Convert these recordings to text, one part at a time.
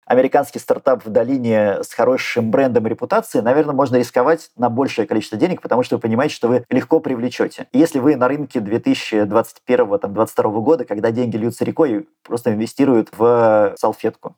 американский стартап в долине с хорошим брендом и репутацией, наверное, можно рисковать на большее количество денег, потому что вы понимаете, что вы легко привлечете. И если вы на рынке 2021-2022 года, когда деньги льются рекой, просто инвестируют в салфетку.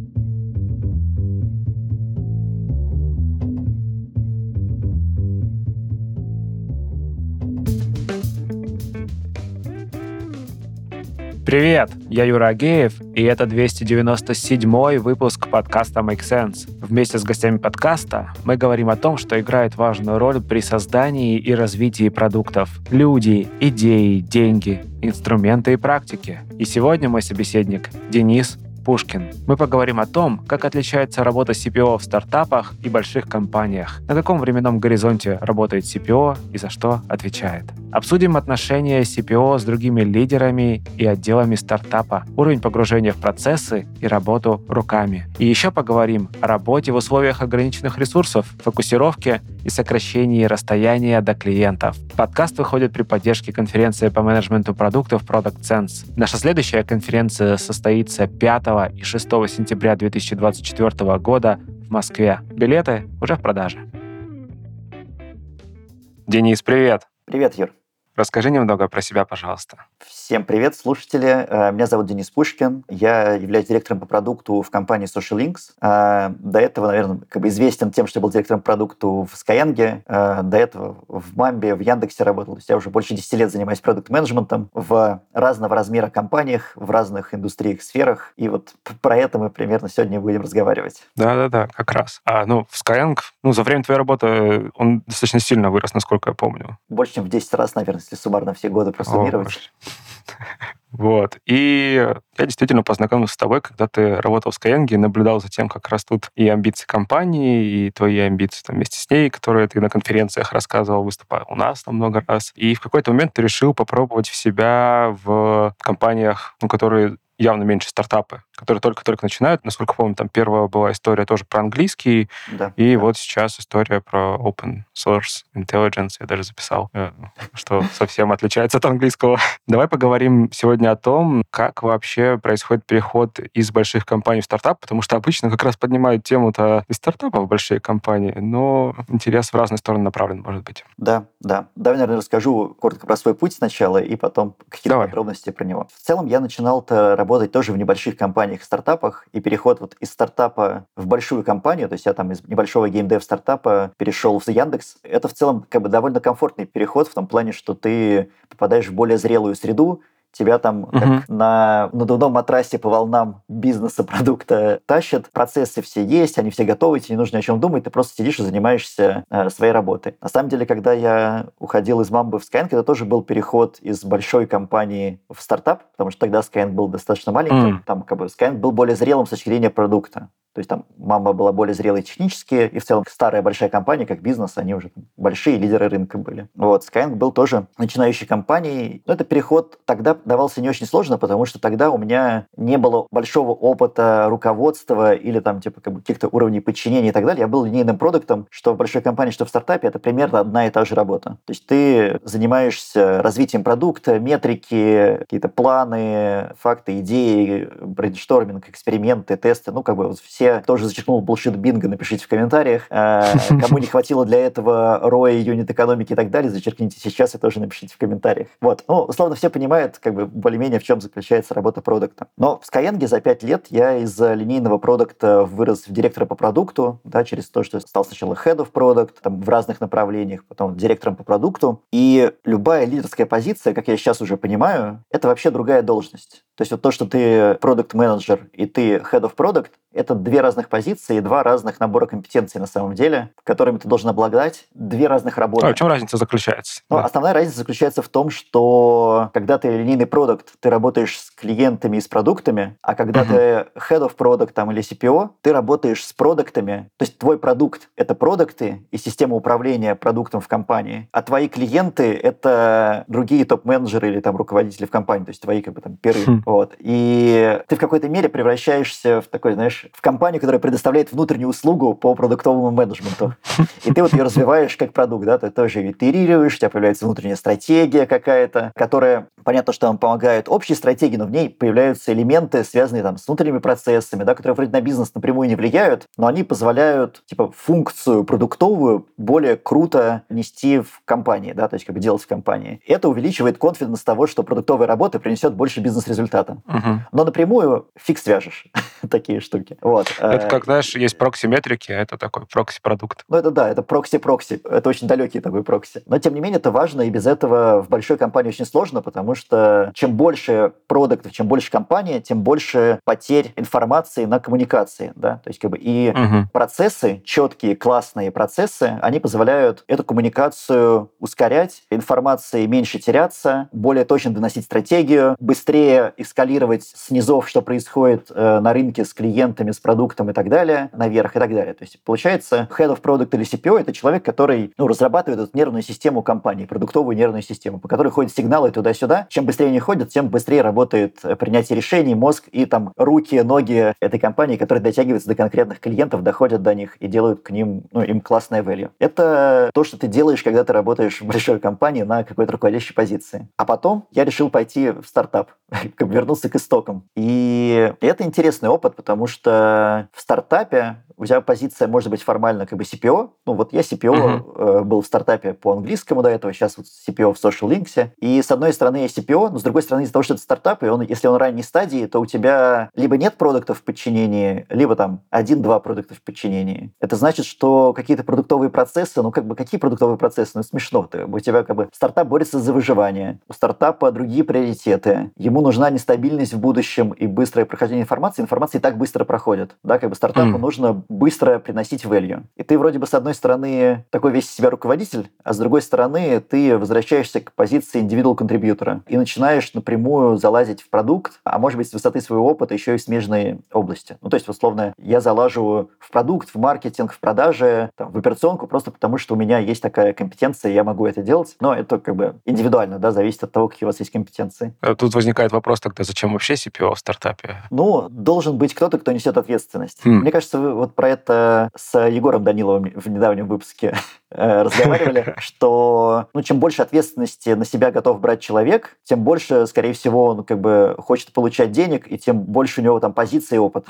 Привет, я Юра Агеев, и это 297-й выпуск подкаста Make Sense. Вместе с гостями подкаста мы говорим о том, что играет важную роль при создании и развитии продуктов. Люди, идеи, деньги, инструменты и практики. И сегодня мой собеседник Денис Пушкин. Мы поговорим о том, как отличается работа CPO в стартапах и больших компаниях, на каком временном горизонте работает CPO и за что отвечает. Обсудим отношения CPO с другими лидерами и отделами стартапа, уровень погружения в процессы и работу руками. И еще поговорим о работе в условиях ограниченных ресурсов, фокусировке и сокращении расстояния до клиентов. Подкаст выходит при поддержке конференции по менеджменту продуктов Product Sense. Наша следующая конференция состоится 5 и 6 сентября 2024 года в Москве. Билеты уже в продаже. Денис, привет! Привет, Юр. Расскажи немного про себя, пожалуйста. Всем привет, слушатели. Меня зовут Денис Пушкин. Я являюсь директором по продукту в компании SocialLinks. До этого, наверное, известен тем, что я был директором по продукту в Skyeng. До этого в Мамбе, в Яндексе работал. То есть я уже больше 10 лет занимаюсь продукт-менеджментом в разного размера компаниях, в разных индустриях, сферах. И вот про это мы примерно сегодня будем разговаривать. Да, как раз. В Skyeng, за время твоей работы он достаточно сильно вырос, насколько я помню. Больше, чем в 10 раз, наверное, если суммарно все годы просуммировать. Вот. И я действительно познакомился с тобой, когда ты работал в Skyeng и наблюдал за тем, как растут и амбиции компании, и твои амбиции там, вместе с ней, которые ты на конференциях рассказывал, выступал у нас там много раз. И в какой-то момент ты решил попробовать себя в компаниях, которые явно меньше стартапы, которые только-только начинают. Насколько помню, там первая была история тоже про английский, вот сейчас история про open source intelligence. Я даже записал, что совсем отличается от английского. Давай поговорим сегодня о том, как вообще происходит переход из больших компаний в стартап, потому что обычно как раз поднимают тему-то из стартапа в большие компании, но интерес в разные стороны направлен, может быть. Да. Давай, наверное, расскажу коротко про свой путь сначала и потом какие-то подробности про него. В целом я начинал-то работать тоже в небольших компаниях и стартапах, и переход вот из стартапа в большую компанию, то есть я там из небольшого геймдев стартапа перешел в Яндекс. Это в целом довольно комфортный переход в том плане, что ты попадаешь в более зрелую среду, тебя там как на надувном матрасе по волнам бизнеса, продукта тащат. Процессы все есть, они все готовы, тебе не нужно о чем думать, ты просто сидишь и занимаешься своей работой. На самом деле, когда я уходил из Мамбы в Skyeng, это тоже был переход из большой компании в стартап, потому что тогда Skyeng был достаточно маленьким. Там Skyeng был более зрелым с точки зрения продукта. То есть там Мамба была более зрелой технически, и в целом старая большая компания, как бизнес, они уже большие лидеры рынка были. Вот, Skyeng был тоже начинающей компанией. Но этот переход тогда давался не очень сложно, потому что тогда у меня не было большого опыта руководства или там каких-то уровней подчинения и так далее. Я был линейным продуктом, что в большой компании, что в стартапе, это примерно одна и та же работа. То есть ты занимаешься развитием продукта, метрики, какие-то планы, факты, идеи, брейншторминг, эксперименты, тесты, все тоже зачеркнул bullshit бинго, напишите в комментариях. Кому не хватило для этого ROI, юнит-экономики и так далее, зачеркните сейчас и тоже напишите в комментариях. Вот. Условно, все понимают, более-менее, в чем заключается работа продукта. Но в Skyeng за 5 лет я из линейного продукта вырос в директора по продукту, через то, что стал сначала head of product, в разных направлениях, потом директором по продукту. И любая лидерская позиция, как я сейчас уже понимаю, это вообще другая должность. То есть то, что ты продукт-менеджер и ты head of product, это две разных позиции, два разных набора компетенций на самом деле, которыми ты должен обладать, две разных работы. А в чем разница заключается? Основная разница заключается в том, что когда ты линейный продукт, ты работаешь с клиентами и с продуктами, а когда ты head of product или CPO, ты работаешь с продуктами. То есть твой продукт — это продукты и система управления продуктом в компании, а твои клиенты — это другие топ-менеджеры или руководители в компании, то есть твои пиры. Вот. И ты в какой-то мере превращаешься в такой, знаешь, в компанию, которая предоставляет внутреннюю услугу по продуктовому менеджменту. И ты вот ее развиваешь как продукт, да, ты тоже итерируешь, у тебя появляется внутренняя стратегия какая-то, которая, понятно, что вам помогает общей стратегии, но в ней появляются элементы, связанные там с внутренними процессами, да, которые вроде на бизнес напрямую не влияют, но они позволяют, типа, функцию продуктовую более круто нести в компании, да, то есть как бы делать в компании. Это увеличивает конфиденс того, что продуктовая работа принесет больше бизнес-результата. Но напрямую фиг свяжешь такие штуки. Вот. Это как, знаешь, есть прокси-метрики, это такой прокси-продукт. Ну, это да, это прокси-прокси. Это очень далекий такой прокси. Но, тем не менее, это важно, и без этого в большой компании очень сложно, потому что чем больше продуктов, чем больше компания, тем больше потерь информации на коммуникации, да, то есть как бы и процессы, четкие, классные процессы, они позволяют эту коммуникацию ускорять, информации меньше теряться, более точно доносить стратегию, быстрее эскалировать с низов, что происходит на рынке с клиентами, с продуктом и так далее, наверх и так далее. То есть получается, Head of Product или CPO — это человек, который разрабатывает эту нервную систему компании, продуктовую нервную систему, по которой ходят сигналы туда-сюда. Чем быстрее они ходят, тем быстрее работает принятие решений, мозг и там руки, ноги этой компании, которые дотягиваются до конкретных клиентов, доходят до них и делают к ним, им классное value. Это то, что ты делаешь, когда ты работаешь в большой компании на какой-то руководящей позиции. А потом я решил пойти в стартап, вернуться к истокам. И это интересный опыт, потому что в стартапе у тебя позиция может быть формально как бы CPO. Ну вот я CPO был в стартапе по английскому до этого, сейчас вот CPO в Social Links. И с одной стороны я CPO, но с другой стороны из-за того, что это стартап, и если он ранней стадии, то у тебя либо нет продуктов в подчинении, либо там 1-2 продукта в подчинении. Это значит, что какие-то продуктовые процессы, какие продуктовые процессы? Смешно. У тебя как бы стартап борется за выживание, у стартапа другие приоритеты, ему нужна нестабильность в будущем и быстрое прохождение информации. Информация и так быстро проходит. Да, как бы стартапу нужно быстро приносить value. И ты вроде бы с одной стороны такой весь из себя руководитель, а с другой стороны ты возвращаешься к позиции individual контрибьютора и начинаешь напрямую залазить в продукт, а может быть с высоты своего опыта еще и в смежной области. То есть, условно, я залажу в продукт, в маркетинг, в продажи, в операционку просто потому, что у меня есть такая компетенция, я могу это делать. Но это как бы индивидуально, да, зависит от того, какие у вас есть компетенции. Тут возникает вопрос тогда, зачем вообще CPO в стартапе? Должен быть кто-то, кто несет ответственность. Мне кажется, вы вот про это с Егором Даниловым в недавнем выпуске разговаривали, что чем больше ответственности на себя готов брать человек, тем больше, скорее всего, он как бы хочет получать денег, и тем больше у него там позиции и опыт.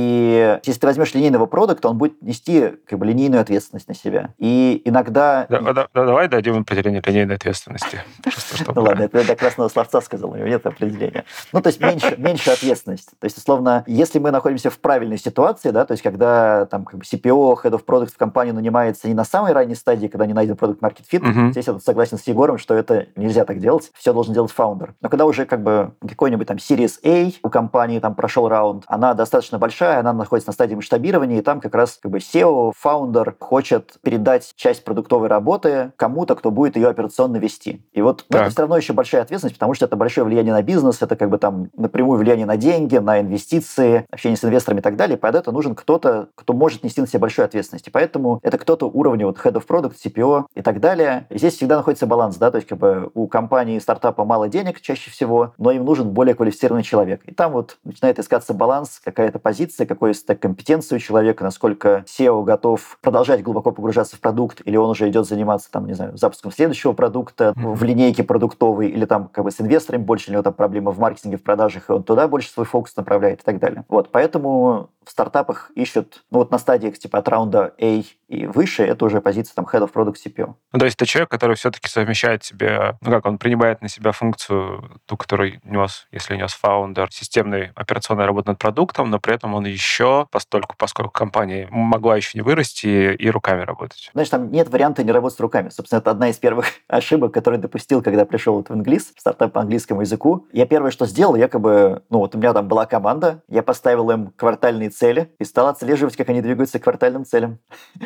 И если ты возьмешь линейного продукта, он будет нести как бы линейную ответственность на себя. И иногда... Давай дадим определение линейной ответственности. Ладно, это я для красного словца сказал, у него нет определения. То есть меньше ответственности. То есть, условно, если мы находимся в правильной ситуации, да, то есть когда там как бы CPO, Head of Product в компанию нанимается не на самой ранней стадии, когда не найден продукт market fit, здесь я согласен с Егором, что это нельзя так делать, все должен делать фаундер. Но когда уже как бы какой-нибудь там Series A у компании там прошел раунд, она достаточно большая, она находится на стадии масштабирования, и там как раз как бы SEO, фаундер хочет передать часть продуктовой работы кому-то, кто будет ее операционно вести. И вот это все равно еще большая ответственность, потому что это большое влияние на бизнес, это как бы там напрямую влияние на деньги, на инвестиции, общение с инвесторами и так далее. Под это нужен кто-то, кто может нести на себя большую ответственность. И поэтому это кто-то уровня вот Head of Product, CPO и так далее. И здесь всегда находится баланс, да, то есть как бы у компании стартапа мало денег чаще всего, но им нужен более квалифицированный человек. И там вот начинает искаться баланс, какая-то позиция, какой стек компетенции у человека, насколько SEO готов продолжать глубоко погружаться в продукт, или он уже идет заниматься там, не знаю, запуском следующего продукта в линейке продуктовой, или там как бы с инвесторами больше, у него там проблемы в маркетинге, в продажах, и он туда больше свой фокус направляет и так далее. Вот, поэтому в стартапах ищут, на стадиях типа от раунда A и выше, это уже позиция там Head of Product CPO. То есть это человек, который все-таки совмещает в себе, он принимает на себя функцию, ту, которую нес, если нес фаундер, системной операционной работы над продуктом, но при этом он еще, поскольку компания могла еще не вырасти, и руками работать. Знаешь, там нет варианта не работать с руками. Собственно, это одна из первых ошибок, которые допустил, когда пришел в Инглис, в стартап по английскому языку. Я первое, что сделал, у меня там была команда, я поставил им квартальные цели и стал отслеживать, как они двигаются к квартальным целям.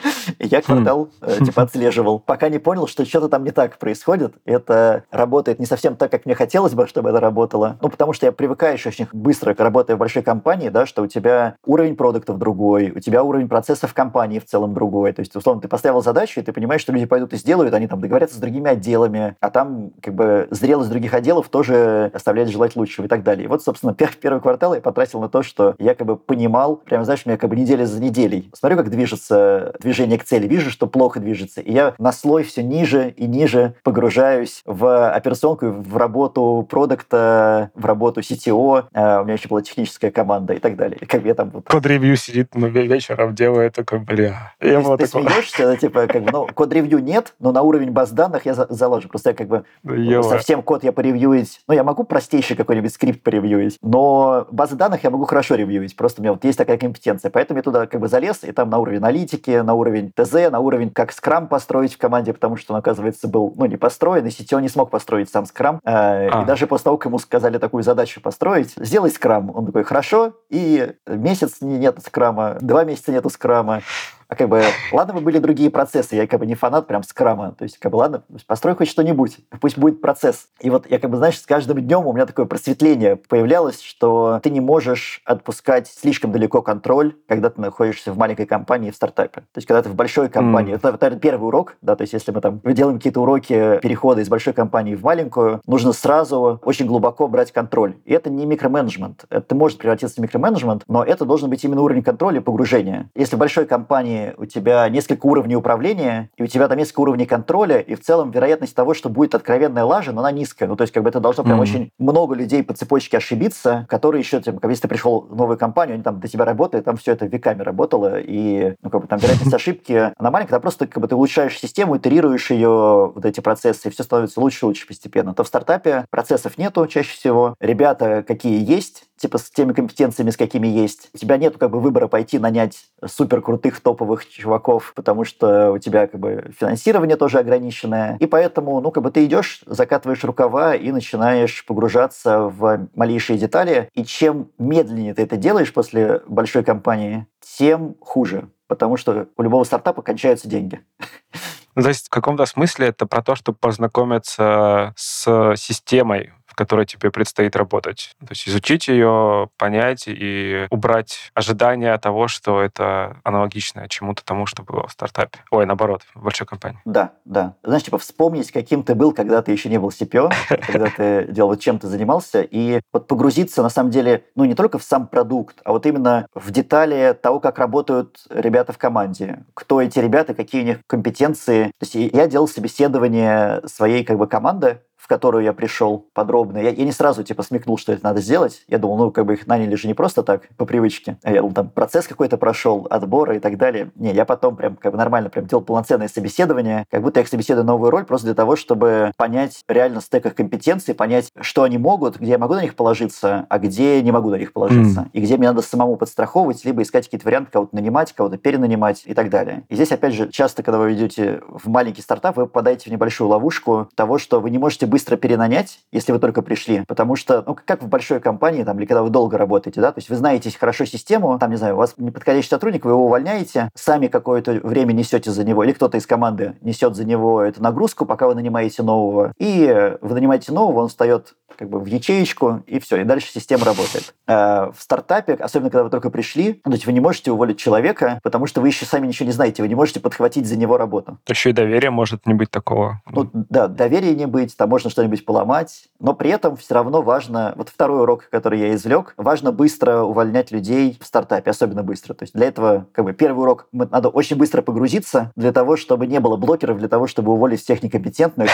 И я квартал типа отслеживал, пока не понял, что что-то там не так происходит. Это работает не совсем так, как мне хотелось бы, чтобы это работало. Ну, потому что я привыкаешь очень быстро, работая в большой компании, да, что у тебя уровень продуктов другой, у тебя уровень процессов компании в целом другой. То есть, условно, ты поставил задачу, и ты понимаешь, что люди пойдут и сделают, они там договорятся с другими отделами, а там как бы зрелость других отделов тоже оставляет желать лучшего и так далее. И вот, собственно, первый квартал я потратил на то, что я как бы понимал, прям, знаешь, у меня как бы неделя за неделей. Смотрю, как движется движение к цели, вижу, что плохо движется, и я на слой все ниже и ниже погружаюсь в операционку, в работу продукта, в работу CTO, у меня еще была техническая команда и так далее. И как бы я там... Код-ревью сидит вечером, делает такой, бля. Ты смеешься, типа, как бы, ну, код-ревью нет, но на уровень баз данных я заложу. Просто я как бы совсем код я поревьюить. Ну, я могу простейший какой-нибудь скрипт поревьюить, но базы данных я могу хорошо ревьюить. Просто у меня вот есть такая компетенция. Поэтому я туда как бы залез, и там на уровень аналитики, на уровень ТЗ, на уровень как скрам построить в команде, потому что он, оказывается, был, ну, не построен, и CTO не смог построить сам скрам. И даже после того, как ему сказали такую задачу построить, сделай скрам. Он такой, хорошо, и месяц нет скрама, 2 месяца нету скрама. А как бы, ладно бы были другие процессы, я как бы не фанат прям скрама, то есть как бы ладно, построй хоть что-нибудь, пусть будет процесс. И вот я как бы, знаешь, с каждым днем у меня такое просветление появлялось, что ты не можешь отпускать слишком далеко контроль, когда ты находишься в маленькой компании, в стартапе. То есть когда ты в большой компании, это первый урок, да, то есть если мы там делаем какие-то уроки перехода из большой компании в маленькую, нужно сразу очень глубоко брать контроль. И это не микроменеджмент, это может превратиться в микроменеджмент, но это должен быть именно уровень контроля и погружения. Если в большой компании у тебя несколько уровней управления, и у тебя там несколько уровней контроля, и в целом вероятность того, что будет откровенная лажа, но она низкая. Ну, то есть, как бы это должно прям очень много людей по цепочке ошибиться, которые еще, типа, если ты пришел в новую компанию, они там до тебя работают, там все это веками работало, и, ну, как бы там вероятность ошибки, она маленькая, там просто как бы ты улучшаешь систему, итерируешь ее, вот эти процессы, и все становится лучше и лучше постепенно. То в стартапе процессов нету чаще всего, ребята какие есть, типа с теми компетенциями, с какими есть. У тебя нет как бы выбора пойти нанять супер крутых топовых чуваков, потому что у тебя как бы финансирование тоже ограниченное. И поэтому, ну, как бы ты идешь, закатываешь рукава и начинаешь погружаться в малейшие детали. И чем медленнее ты это делаешь после большой компании, тем хуже. Потому что у любого стартапа кончаются деньги. Ну, то есть в каком-то смысле это про то, чтобы познакомиться с системой, в которой тебе предстоит работать. То есть изучить ее, понять и убрать ожидания того, что это аналогично чему-то тому, что было в стартапе. Ой, наоборот, в большой компании. Да, да. Знаешь, типа вспомнить, каким ты был, когда ты еще не был CPO, когда ты делал, вот чем ты занимался, и вот погрузиться, на самом деле, ну, не только в сам продукт, а вот именно в детали того, как работают ребята в команде. Кто эти ребята, какие у них компетенции. То есть я делал собеседование своей как бы команды, в которую я пришел подробно. Я не сразу типа смекнул, что это надо сделать. Я думал, ну, как бы их наняли же не просто так, по привычке. Я думал, там процесс какой-то прошел, отбора и так далее. Не, я потом прям как бы нормально прям делал полноценное собеседование, как будто я их собеседую новую роль, просто для того, чтобы понять реально стек их компетенций, понять, что они могут, где я могу на них положиться, а где не могу на них положиться. И где мне надо самому подстраховывать, либо искать какие-то варианты, кого-то нанимать, кого-то перенанимать и так далее. И здесь, опять же, часто, когда вы идете в маленький стартап, вы попадаете в небольшую ловушку того, что вы не можете быстро перенанять, если вы только пришли, потому что, ну, как в большой компании, там, или когда вы долго работаете, да, то есть вы знаете хорошо систему, там, не знаю, у вас неподходящий сотрудник, вы его увольняете, сами какое-то время несете за него, или кто-то из команды несет за него эту нагрузку, пока вы нанимаете нового, и вы нанимаете нового, он встает как бы в ячеечку, и все, и дальше система работает. В стартапе, особенно когда вы только пришли, то есть вы не можете уволить человека, потому что вы еще сами ничего не знаете, вы не можете подхватить за него работу. Еще и доверия может не быть такого. Ну, да, доверия не быть, там можно что-нибудь поломать, но при этом все равно важно, вот второй урок, который я извлек, важно быстро увольнять людей в стартапе, особенно быстро. То есть для этого, как бы, первый урок, надо очень быстро погрузиться для того, чтобы не было блокеров, для того, чтобы уволить всех некомпетентных.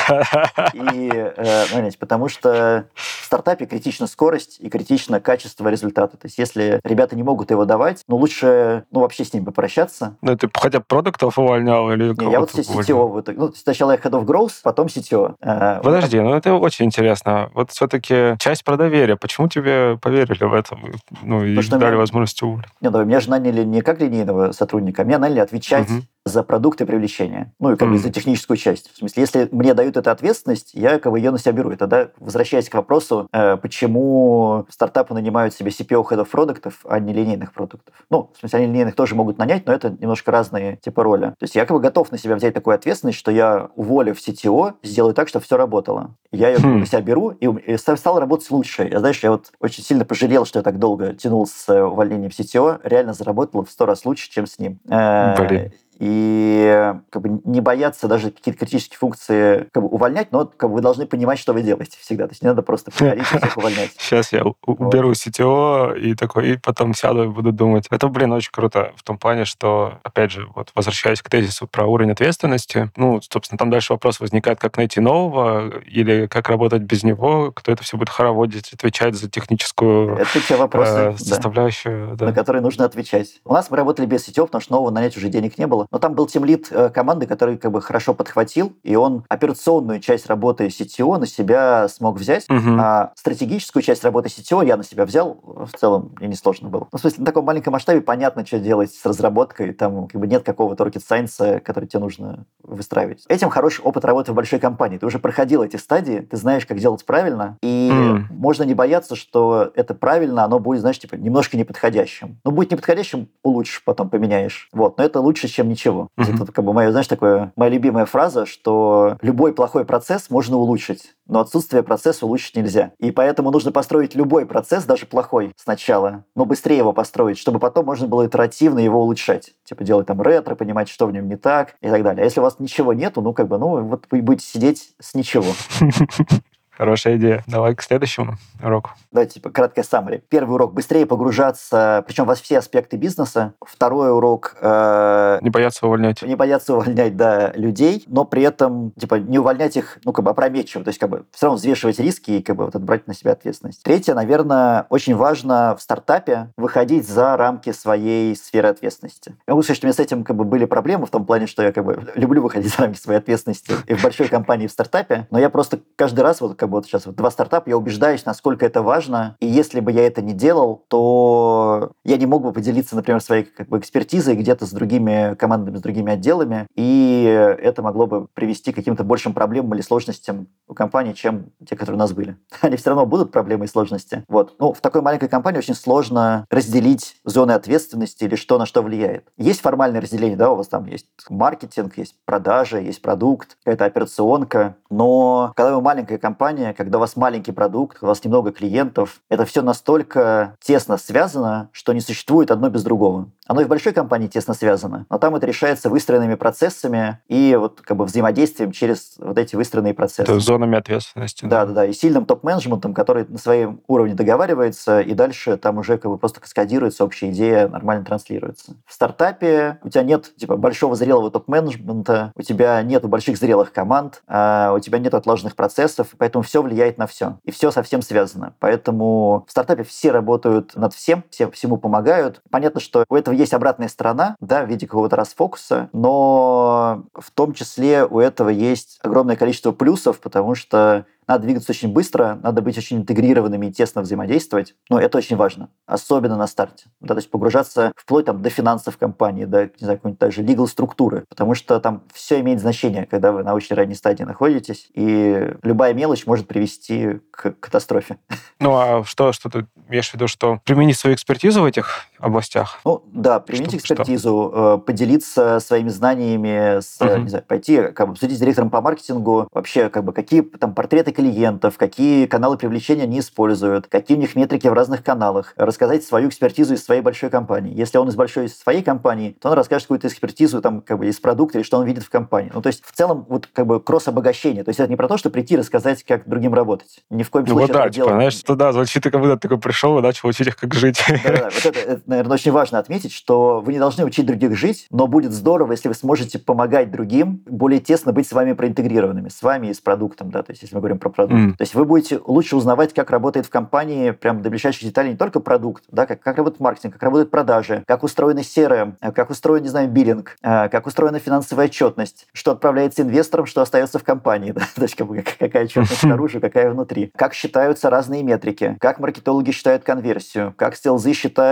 Потому что в стартапе критична скорость и критично качество результата. То есть если ребята не могут его давать, ну лучше вообще с ними попрощаться. Ну ты хотя бы продуктов увольнял или не, я вот CTO. Ну, сначала я Head of Growth, потом CTO. Подожди, ну это очень интересно. Вот все-таки часть про доверие. Почему тебе поверили в этом? Ну и дали возможность уволить? Нет, меня же наняли не как линейного сотрудника, меня наняли отвечать за продукт и привлечение. Ну, и как бы за техническую часть. В смысле, если мне дают эту ответственность, я как бы ее на себя беру. И тогда, возвращаясь к вопросу, почему стартапы нанимают себе CPO, Head of продуктов, а не линейных продуктов. Ну, в смысле, они линейных тоже могут нанять, но это немножко разные типы роли. То есть я как бы готов на себя взять такую ответственность, что я, уволив CTO, сделаю так, чтобы все работало. Я ее на себя беру и стал работать лучше. Я, знаешь, я вот очень сильно пожалел, что я так долго тянул с увольнением CTO. Реально заработал в 100 раз лучше, чем с ним. Блин. И как бы не бояться даже какие-то критические функции как бы увольнять, но как бы вы должны понимать, что вы делаете всегда. То есть не надо просто приходить и всех увольнять. Сейчас я уберу CTO и потом сяду и буду думать. Это, очень круто в том плане, что, опять же, вот возвращаясь к тезису про уровень ответственности, собственно, там дальше вопрос возникает, как найти нового или как работать без него, кто это все будет хороводить, отвечать за техническую это те вопросы, составляющую. Да, на которые нужно отвечать. У нас мы работали без CTO, потому что нового нанять уже денег не было. Но там был тимлид команды, который как бы хорошо подхватил, и он операционную часть работы CTO на себя смог взять, а стратегическую часть работы CTO я на себя взял. В целом мне несложно было. Ну, в смысле, на таком маленьком масштабе понятно, что делать с разработкой. Там как бы нет какого-то rocket science, который тебе нужно выстраивать. Этим хороший опыт работы в большой компании. Ты уже проходил эти стадии, ты знаешь, как делать правильно, и можно не бояться, что это правильно, оно будет, знаешь, типа немножко неподходящим. Ну, будет неподходящим, улучшишь, потом поменяешь. Вот. Но это лучше, чем ничего. Это как бы моя, знаешь, моя любимая фраза, что любой плохой процесс можно улучшить, но отсутствие процесса улучшить нельзя. И поэтому нужно построить любой процесс, даже плохой, сначала, но быстрее его построить, чтобы потом можно было итеративно его улучшать. Типа делать там ретро, понимать, что в нем не так и так далее. А если у вас ничего нету, вот вы будете сидеть с ничего. Хорошая идея. Давай к следующему уроку. Давайте, краткое summary. Первый урок – быстрее погружаться, причем во все аспекты бизнеса. Второй урок – не бояться увольнять. Не бояться увольнять, да, людей, но при этом, не увольнять их, опрометчиво. То есть, все равно взвешивать риски и, брать на себя ответственность. Третье, наверное, очень важно в стартапе выходить за рамки своей сферы ответственности. Я могу сказать, что у меня с этим, были проблемы в том плане, что я, люблю выходить за рамки своей ответственности и в большой компании, и в стартапе, но я просто каждый раз, сейчас 2 стартапа, я убеждаюсь, насколько это важно, и если бы я это не делал, то я не мог бы поделиться, например, своей экспертизой где-то с другими командами, с другими отделами, и это могло бы привести к каким-то большим проблемам или сложностям у компании, чем те, которые у нас были. Они все равно будут проблемы и сложности. В такой маленькой компании очень сложно разделить зоны ответственности или что на что влияет. Есть формальное разделение, да, у вас там есть маркетинг, есть продажи, есть продукт, какая-то операционка, но когда вы маленькая компания, когда у вас маленький продукт, у вас немного клиентов, это все настолько тесно связано, что не существует одно без другого. Оно и в большой компании тесно связано, но там это решается выстроенными процессами и взаимодействием через эти выстроенные процессы. Это зонами ответственности. Да, и сильным топ-менеджментом, который на своем уровне договаривается, и дальше там уже просто каскадируется, общая идея нормально транслируется. В стартапе у тебя нет большого зрелого топ-менеджмента, у тебя нет больших зрелых команд, у тебя нет отложенных процессов, поэтому все влияет на все. И все совсем связано. Поэтому в стартапе все работают над всем, все всему помогают. Понятно, что у этого есть обратная сторона, да, в виде какого-то расфокуса, но в том числе у этого есть огромное количество плюсов, потому что надо двигаться очень быстро, надо быть очень интегрированными и тесно взаимодействовать. Это очень важно, особенно на старте. Да, то есть погружаться вплоть до финансов компании, до, какой-нибудь даже legal структуры, потому что там все имеет значение, когда вы на очень ранней стадии находитесь, и любая мелочь может привести к катастрофе. А что ты имеешь в виду, что применить свою экспертизу в этих областях? Да, применить экспертизу, поделиться своими знаниями, пойти, обсудить с директором по маркетингу вообще, какие там портреты клиентов, какие каналы привлечения они используют, какие у них метрики в разных каналах, рассказать свою экспертизу из своей большой компании. Если он из большой своей компании, то он расскажет какую-то экспертизу из продукта или что он видит в компании. То есть в целом кросс-обогащение. То есть это не про то, что прийти и рассказать, как другим работать. Ни в коем случае знаешь, что звучит, как будто ты такой пришел и начал учить их, как жить. Да, это, наверное, очень важно отметить, что вы не должны учить других жить, но будет здорово, если вы сможете помогать другим более тесно быть с вами проинтегрированными, с вами и с продуктом, да, то есть если мы говорим про продукт. То есть вы будете лучше узнавать, как работает в компании прям до ближайших деталей не только продукт, да, как работает маркетинг, как работают продажи, как устроены CRM, как устроен, биллинг, как устроена финансовая отчетность, что отправляется инвесторам, что остается в компании, да, то есть какая отчетность снаружи, какая внутри, как считаются разные метрики, как маркетологи считают конверсию, как селзы считают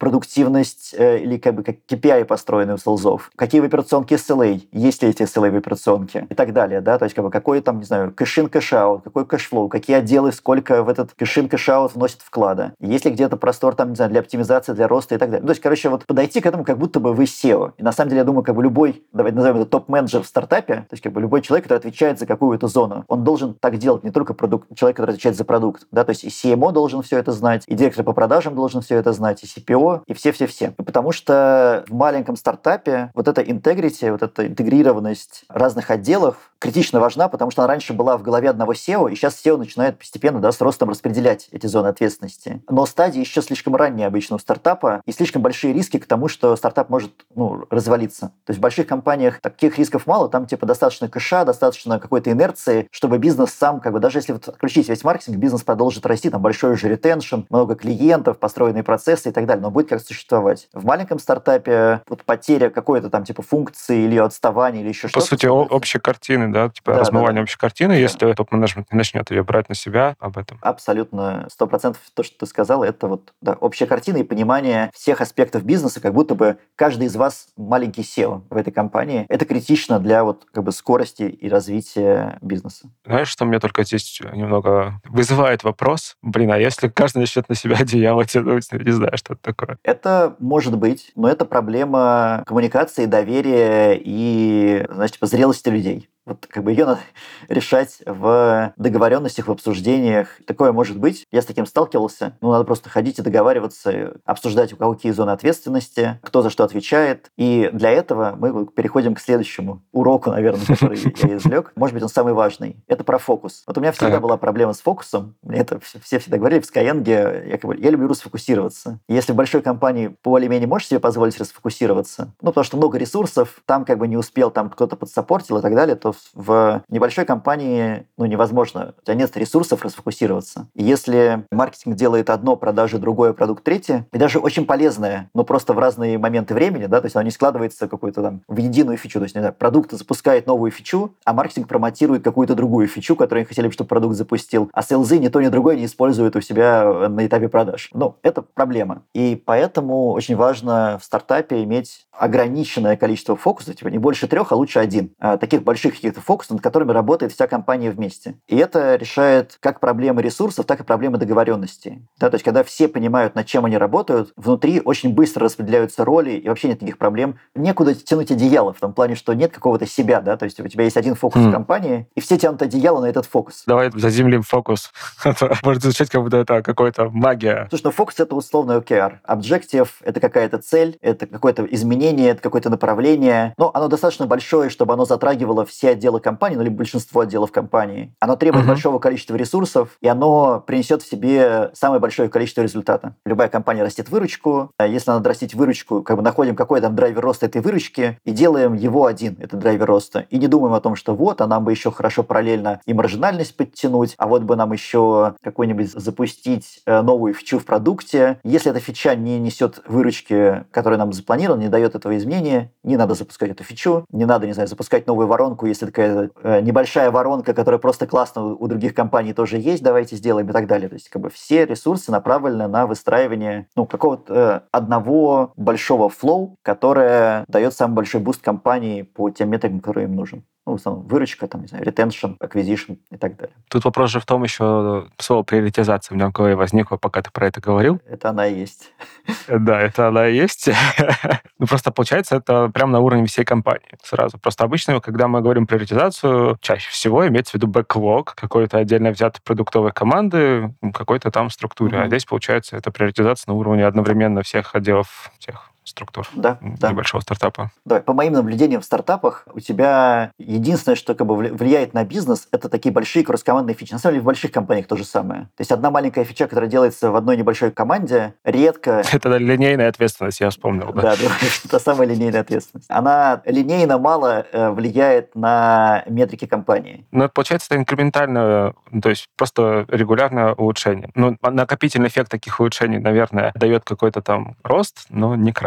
продуктивность или как KPI построены у селзов, какие в операционке SLA, есть ли эти SLA в операционке и так далее, да, то есть какой там, не знаю, кэш-ин, кэш-аут, какой кэш-флоу, какие отделы, сколько в этот кэш-ин, кэш-аут вносят вклада, есть ли где-то простор там, не знаю, для оптимизации, для роста и так далее. То есть, подойти к этому, как будто бы вы SEO. И на самом деле, я думаю, любой, давайте назовем это топ-менеджер в стартапе, то есть любой человек, который отвечает за какую-то зону, он должен так делать, не только человек, который отвечает за продукт, да, то есть и CMO должен все это знать, и директор по продажам должен все это знать, и CPO, и все-все-все. Потому что в маленьком стартапе вот эта integrity, вот эта интегрированность разных отделов критично важна, потому что она раньше была в голове одного SEO, и сейчас SEO начинает постепенно, да, с ростом распределять эти зоны ответственности. Но стадии еще слишком ранние обычно у стартапа, и слишком большие риски к тому, что стартап может развалиться. То есть в больших компаниях таких рисков мало, там достаточно кэша, достаточно какой-то инерции, чтобы бизнес сам, даже если отключить весь маркетинг, бизнес продолжит расти, там большой уже ретеншн, много клиентов, построенные процессы и так далее, но будет как существовать. В маленьком стартапе потеря какой-то там функции или отставания или еще что-то. По сути, общей картины, да, размывание общей картины, если топ-менеджмент не начнет ее брать на себя об этом. Абсолютно, 100% то, что ты сказал, это общая картина и понимание всех аспектов бизнеса, как будто бы каждый из вас маленький SEO в этой компании. Это критично для скорости и развития бизнеса. Знаешь, что мне только здесь немного вызывает вопрос? А если каждый начнет на себя одеяло тянуть, не знаю, что это такое. Это может быть, но это проблема коммуникации, доверия и, зрелости людей. Ее надо решать в договоренностях, в обсуждениях. Такое может быть. Я с таким сталкивался. Надо просто ходить и договариваться, обсуждать, у кого какие зоны ответственности, кто за что отвечает. И для этого мы переходим к следующему уроку, наверное, который я извлек. Может быть, он самый важный. Это про фокус. У меня всегда была проблема с фокусом. Мне это все всегда говорили в Skyeng. Я люблю расфокусироваться. Если в большой компании более-менее можешь себе позволить расфокусироваться, потому что много ресурсов, там не успел, там кто-то подсаппортил и так далее, то в небольшой компании невозможно. У тебя нет ресурсов расфокусироваться. И если маркетинг делает одно, продажи другое, продукт третье, и даже очень полезное, но просто в разные моменты времени, да, то есть оно не складывается в единую фичу. То есть, не знаю, продукт запускает новую фичу, а маркетинг промотирует какую-то другую фичу, которую они хотели бы, чтобы продукт запустил, а селзы ни то, ни другое не используют у себя на этапе продаж. Это проблема. И поэтому очень важно в стартапе иметь ограниченное количество фокусов, не больше 3, а лучше 1. Таких больших каких-то фокусов, над которыми работает вся компания вместе. И это решает как проблемы ресурсов, так и проблемы договоренности. Да, то есть, когда все понимают, над чем они работают, внутри очень быстро распределяются роли, и вообще нет никаких проблем. Некуда тянуть одеяло, в том плане, что нет какого-то себя, да, то есть у тебя есть один фокус в компании, и все тянут одеяло на этот фокус. Давай заземлим фокус. Может звучать, как будто это какая-то магия. Слушай, фокус — это условно OKR. Objective — это какая-то цель, это какое-то изменение, это какое-то направление. Но оно достаточно большое, чтобы оно затрагивало все отделы компании, либо большинство отделов компании. Оно требует большого количества ресурсов, и оно принесет в себе самое большое количество результата. Любая компания растет выручку. Если надо растить выручку, находим, какой там драйвер роста этой выручки, и делаем его один, этот драйвер роста. И не думаем о том, что а нам бы еще хорошо параллельно и маржинальность подтянуть, а бы нам еще какой-нибудь запустить новую фичу в продукте. Если эта фича не несет выручки, которая нам запланирована, не дает этого изменения, не надо запускать эту фичу, не надо, запускать новую воронку, если такая небольшая воронка, которая просто классно у других компаний тоже есть, давайте сделаем и так далее. То есть все ресурсы направлены на выстраивание какого-то одного большого флоу, которое дает самый большой буст компании по тем метрикам, которые им нужен. В основном выручка, retention, acquisition и так далее. Тут вопрос же в том еще, слово приоритизация у меня в голове возникло, пока ты про это говорил. Это она и есть. Да, это она и есть. Просто получается, это прямо на уровне всей компании сразу. Просто обычно, когда мы говорим приоритизацию, чаще всего имеется в виду бэклог какой-то отдельно взятой продуктовой команды, какой-то там структуре. А здесь, получается, это приоритизация на уровне одновременно всех отделов, всех структур небольшого стартапа. Да, по моим наблюдениям в стартапах у тебя единственное, что влияет на бизнес, это такие большие кросс-командные фичи. На самом деле в больших компаниях то же самое. То есть одна маленькая фича, которая делается в одной небольшой команде, редко... Это линейная ответственность, я вспомнил. Да, это самая линейная ответственность. Она линейно мало влияет на метрики компании. Но получается, это инкрементально, то есть просто регулярное улучшение. Накопительный эффект таких улучшений, наверное, дает какой-то там рост, но не кратный.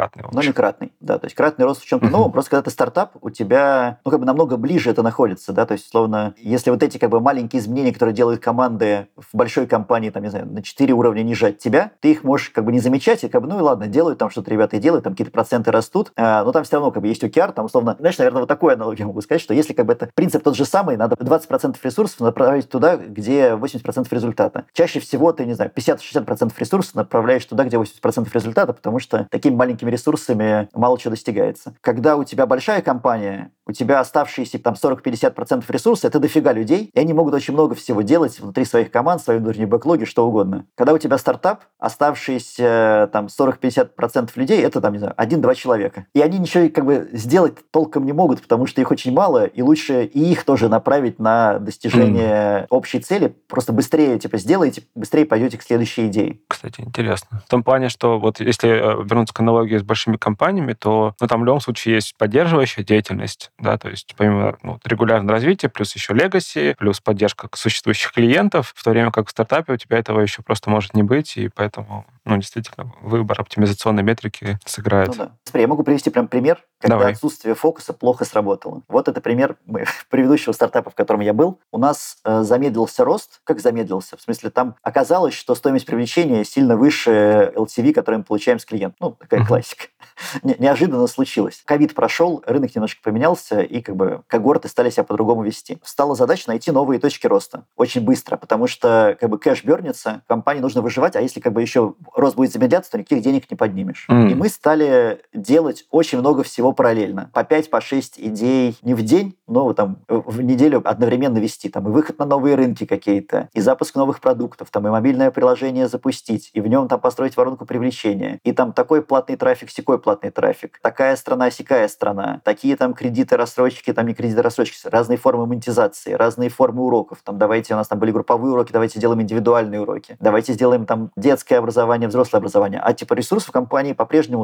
кратный. Но не кратный, да. То есть кратный рост в чем-то новом. Просто когда ты стартап, у тебя, намного ближе это находится, да. То есть, условно, если вот эти маленькие изменения, которые делают команды в большой компании, там, не знаю, на 4 уровня ниже от тебя, ты их можешь не замечать, и ну и ладно, делают там что-то ребята и делают, там какие-то проценты растут, но там все равно есть OKR, там, условно, знаешь, наверное, вот такую аналогию могу сказать, что если это принцип тот же самый, надо 20% ресурсов направить туда, где 80% результата. Чаще всего ты, не знаю, 50-60% ресурсов направляешь туда, где 80% результата, потому что такими маленькими ресурсами мало чего достигается. Когда у тебя большая компания, у тебя оставшиеся там 40-50% ресурсов, это дофига людей, и они могут очень много всего делать внутри своих команд, свои внутренние бэклоги, что угодно. Когда у тебя стартап, оставшиеся там 40-50% людей, это там, не знаю, 1-2 человека. И они ничего сделать толком не могут, потому что их очень мало, и лучше и их тоже направить на достижение общей цели. Просто быстрее сделаете, быстрее пойдете к следующей идее. Кстати, интересно. В том плане, что вот если вернуться к аналогии с большими компаниями, то там в любом случае есть поддерживающая деятельность, да, то есть помимо регулярного развития, плюс еще legacy, плюс поддержка существующих клиентов, в то время как в стартапе у тебя этого еще просто может не быть, и поэтому, действительно, выбор оптимизационной метрики сыграет. Да. Смотри, я могу привести прям пример, когда Давай. отсутствие фокуса плохо сработало. Вот это пример предыдущего стартапа, в котором я был. У нас замедлился рост. Как замедлился? В смысле, там оказалось, что стоимость привлечения сильно выше LTV, который мы получаем с клиентом. Такая классика. Неожиданно случилось. Ковид прошел, рынок немножко поменялся, и когорты стали себя по-другому вести. Стала задача найти новые точки роста очень быстро, потому что кэш бернется, компании нужно выживать, а если еще рост будет замедляться, то никаких денег не поднимешь. И мы стали делать очень много всего параллельно. По 5, по 6 идей не в день, но в неделю одновременно вести. И выход на новые рынки какие-то, и запуск новых продуктов, и мобильное приложение запустить, и в нем построить воронку привлечения. И такой платный трафик, сякой платный трафик. Такая страна, сякая страна. Такие кредиты, рассрочки, не кредиты, рассрочки. Разные формы монетизации, разные формы уроков. Давайте, у нас были групповые уроки, давайте сделаем индивидуальные уроки. Давайте сделаем детское образование, взрослое образование. А ресурсов в компании по-прежнему,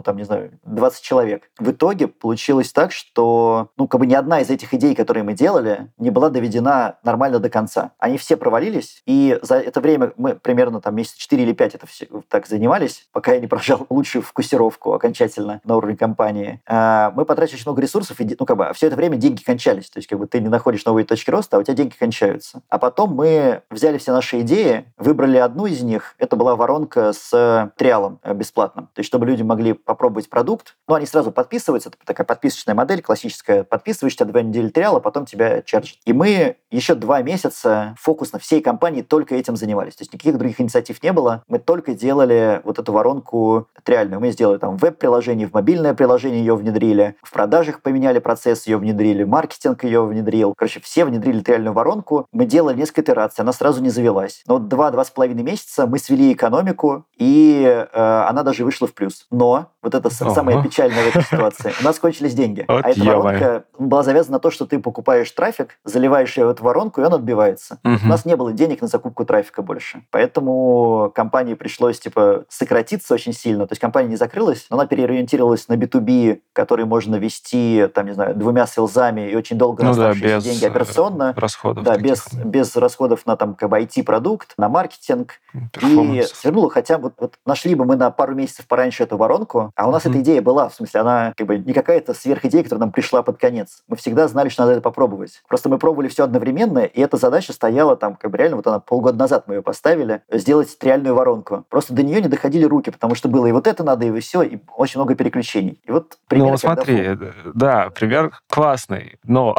20 человек. В итоге получилось так, что, ни одна из этих идей, которые мы делали, не была доведена нормально до конца. Они все провалились, и за это время мы примерно месяца 4 или 5 это все так занимались, пока я не прожал лучшую фокусировку окончательно на уровне компании. Мы потратили очень много ресурсов, и все это время деньги кончались. То есть ты не находишь новые точки роста, а у тебя деньги кончаются. А потом мы взяли все наши идеи, выбрали одну из них, это была воронка с триалом бесплатным. То есть чтобы люди могли попробовать продукт, они сразу подписываются, это такая подписочная модель, классическая, подписываешься, 2 недели триала, потом тебя чарджат. И мы еще 2 месяца фокусно всей компании только этим занимались. То есть никаких других инициатив не было, мы только делали эту воронку триальную. Мы сделали веб-приложение, в мобильное приложение ее внедрили, в продажах поменяли процесс, ее внедрили, маркетинг ее внедрил. Все внедрили триальную воронку. Мы делали несколько итераций, она сразу не завелась. Но 2-2,5 месяца мы свели экономику, и она даже вышла в плюс. Но это самое печальное в этой ситуации. У нас кончились деньги. А эта воронка была завязана на то, что ты покупаешь трафик, заливаешь ее в эту воронку, и он отбивается. У нас не было денег на закупку трафика больше. Поэтому компании пришлось сократиться очень сильно. То есть компания не закрылась, но она переориентировалась на B2B, который можно вести, 2 селзами и очень долго оставшиеся деньги операционно. Расходов без расходов на IT-продукт, на маркетинг. И свернуло, хотя нашли бы мы на пару месяцев пораньше эту воронку, а у нас эта идея была, в смысле, она не какая-то сверхидея, которая нам пришла под конец. Мы всегда знали, что надо это попробовать. Просто мы пробовали все одновременно, и эта задача стояла реально, она полгода назад мы ее поставили, сделать триальную воронку. Просто до нее не доходили руки, потому что было и это надо, и все, и очень много переключений. И пример, смотри, да, пример классный, но...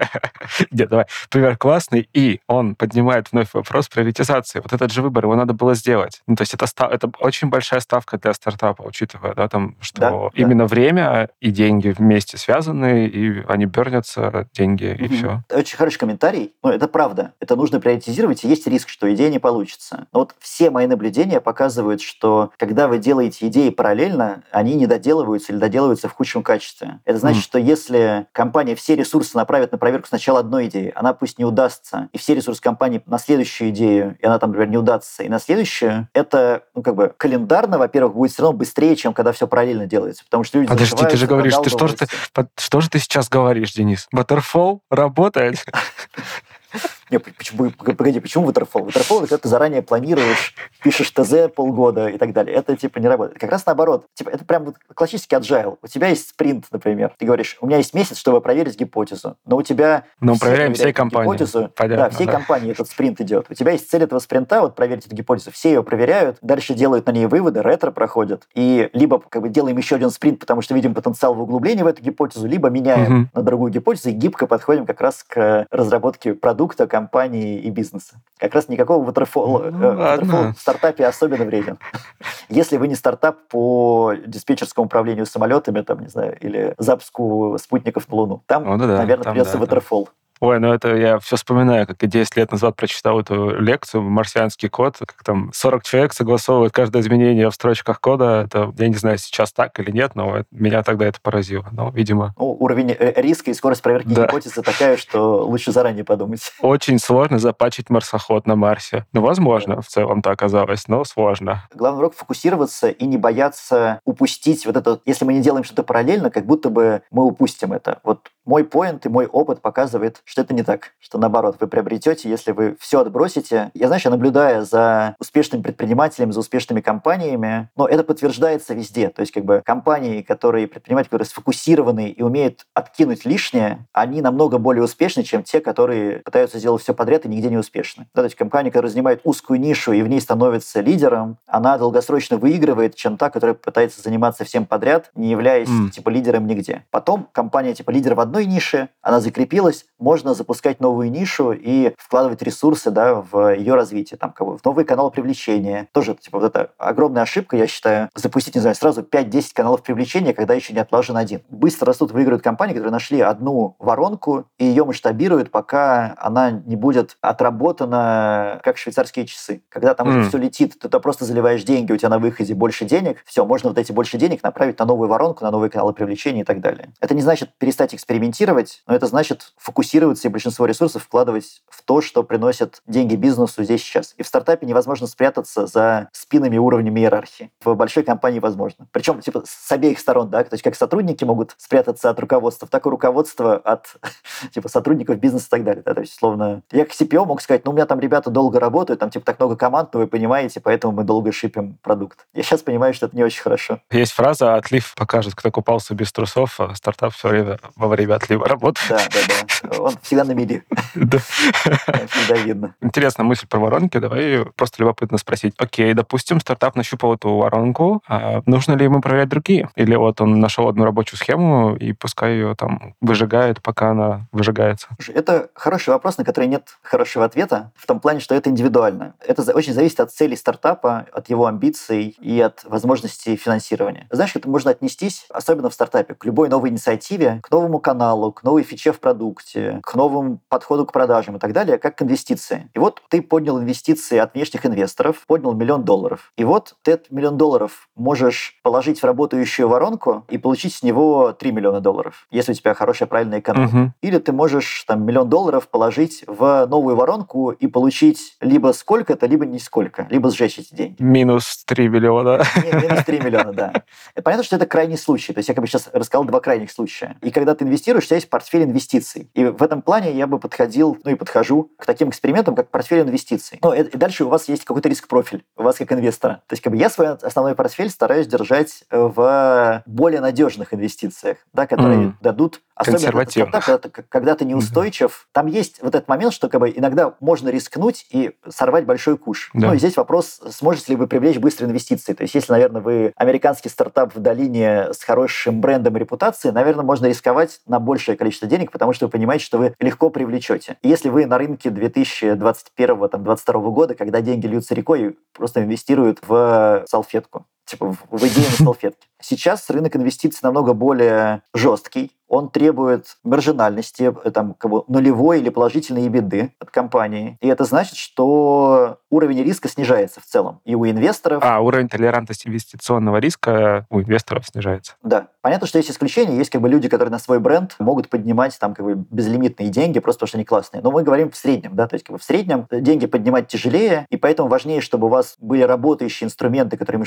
Нет, давай. Пример классный, и он поднимает вновь вопрос приоритизации. Этот же выбор, его надо было сделать. То есть это очень большая ставка для стартапа, учитывая, что именно время и деньги вместе связаны, и они бернятся, деньги, и все. Очень хороший комментарий. Это правда. Это нужно приоритизировать, и есть риск, что идея не получится. Но все мои наблюдения показывают, что когда вы делаете идеи параллельно, они не доделываются или доделываются в худшем качестве. Это значит, что если компания все ресурсы направит на проверку сначала одной идеи, она пусть не удастся, и все ресурсы компании на следующую идею, и она например, не удастся, и на следующую, это календарно, во-первых, будет все равно быстрее, чем когда все параллельно делается. Потому что люди Подожди, ты же говоришь, что же ты сейчас говоришь, Денис? Waterfall работает? Не, погоди, почему waterfall? Waterfall — это когда ты заранее планируешь, пишешь ТЗ полгода и так далее. Это типа не работает. Как раз наоборот. Типа, это прям классический agile. У тебя есть спринт, например. Ты говоришь, у меня есть месяц, чтобы проверить гипотезу. Но у тебя мы проверяем всей компании. Гипотезу. Понятно, да, всей компании этот спринт идет. У тебя есть цель этого спринта, вот проверить эту гипотезу. Все ее проверяют, дальше делают на ней выводы, ретро проходят. И либо как бы делаем еще один спринт, потому что видим потенциал в углублении в эту гипотезу, либо меняем на другую гипотезу и гибко подходим как раз к разработке продукта, компании и бизнеса. Как раз никакого waterfall в стартапе особенно вреден. Если вы не стартап по диспетчерскому управлению самолетами, там, не знаю, или запуску спутников на Луну, там, наверное, придется waterfall. Ой, ну это я все вспоминаю, как я 10 лет назад прочитал эту лекцию «Марсианский код», как там 40 человек согласовывают каждое изменение в строчках кода. Это, я не знаю, сейчас так или нет, но меня тогда это поразило. Но, видимо... уровень риска и скорость проверки гипотезы такая, что лучше заранее подумать. Очень сложно запатчить марсоход на Марсе. Ну, возможно, в целом так оказалось, но сложно. Главный урок — фокусироваться и не бояться упустить вот это. Если мы не делаем что-то параллельно, как будто бы мы упустим это. Вот мой поинт и мой опыт показывает, что это не так, что наоборот, вы приобретете, если вы все отбросите. Я наблюдая за успешными предпринимателями, за успешными компаниями, но это подтверждается везде. То есть как бы компании, предприниматели, которые сфокусированы и умеют откинуть лишнее, они намного более успешны, чем те, которые пытаются сделать все подряд и нигде не успешны. Да, то есть компания, которая занимает узкую нишу и в ней становится лидером, она долгосрочно выигрывает, чем та, которая пытается заниматься всем подряд, не являясь лидером нигде. Потом компания лидер в одной нише, она закрепилась, можно запускать новую нишу и вкладывать ресурсы, в ее развитие, в новые каналы привлечения. Тоже вот это огромная ошибка, я считаю, запустить, сразу 5-10 каналов привлечения, когда еще не отлажен один. Быстро растут, выигрывают компании, которые нашли одну воронку и ее масштабируют, пока она не будет отработана как швейцарские часы. Когда там уже все летит, ты просто заливаешь деньги, у тебя на выходе больше денег, все, можно вот эти больше денег направить на новую воронку, на новые каналы привлечения и так далее. Это не значит перестать экспериментировать, но это значит фокусироваться и большинство ресурсов вкладывать в то, что приносит деньги бизнесу здесь сейчас. И в стартапе невозможно спрятаться за спинами и уровнями иерархии. В большой компании возможно. Причем с обеих сторон, то есть как сотрудники могут спрятаться от руководства, так и руководство от сотрудников бизнеса и так далее. То есть, условно, я как CPO мог сказать, у меня там ребята долго работают, там так много команд, вы понимаете, поэтому мы долго шипим продукт. Я сейчас понимаю, что это не очень хорошо. Есть фраза «Отлив покажет, кто купался без трусов», а стартап все время во время отлива работает. Да. Он всегда на мели. Да. Всегда видно. Интересная мысль про воронки. Давай просто любопытно спросить. Окей, допустим, стартап нащупал эту воронку. А нужно ли ему проверять другие? Или вот он нашел одну рабочую схему и пускай ее там выжигает, пока она выжигается? Это хороший вопрос, на который нет хорошего ответа. В том плане, что это индивидуально. Это очень зависит от целей стартапа, от его амбиций и от возможностей финансирования. Знаешь, к этому можно отнестись, особенно в стартапе, к любой новой инициативе, к новому каналу, к новой фиче в продукте, к новому подходу к продажам и так далее, как к инвестиции. И вот ты поднял инвестиции от внешних инвесторов, поднял $1 миллион. И вот ты этот $1 миллион можешь положить в работающую воронку и получить с него $3 миллиона, если у тебя хорошая, правильная экономика. Или ты можешь $1 миллион положить в новую воронку и получить либо сколько-то, либо нисколько, либо сжечь эти деньги. Минус 3 миллиона. Минус 3 миллиона, да. Понятно, что это крайний случай. То есть я сейчас рассказал 2 крайних случая. И когда ты инвестируешь, у тебя есть портфель инвестиций. И в этом плане я бы подходил, и подхожу к таким экспериментам, как портфель инвестиций. И дальше у вас есть какой-то риск-профиль, у вас как инвестора. То есть я свой основной портфель стараюсь держать в более надежных инвестициях, которые дадут, особенно когда ты неустойчив. Там есть вот этот момент, что иногда можно рискнуть и сорвать большой куш. Да. И здесь вопрос, сможете ли вы привлечь быстрые инвестиции. То есть если, наверное, вы американский стартап в долине с хорошим брендом и репутацией, наверное, можно рисковать на большее количество денег, потому что вы понимаете, что вы легко привлечете. И если вы на рынке 2021-2022 года, когда деньги льются рекой, просто инвестируют в салфетку, в идею на салфетке. Сейчас рынок инвестиций намного более жесткий. Он требует маржинальности, нулевой или положительной EBITDA от компании. И это значит, что уровень риска снижается в целом. И у инвесторов... Уровень толерантности инвестиционного риска у инвесторов снижается. Да. Понятно, что есть исключения. Есть люди, которые на свой бренд могут поднимать безлимитные деньги, просто потому что они классные. Но мы говорим в среднем. Да? То есть в среднем деньги поднимать тяжелее, и поэтому важнее, чтобы у вас были работающие инструменты, которые масштабируются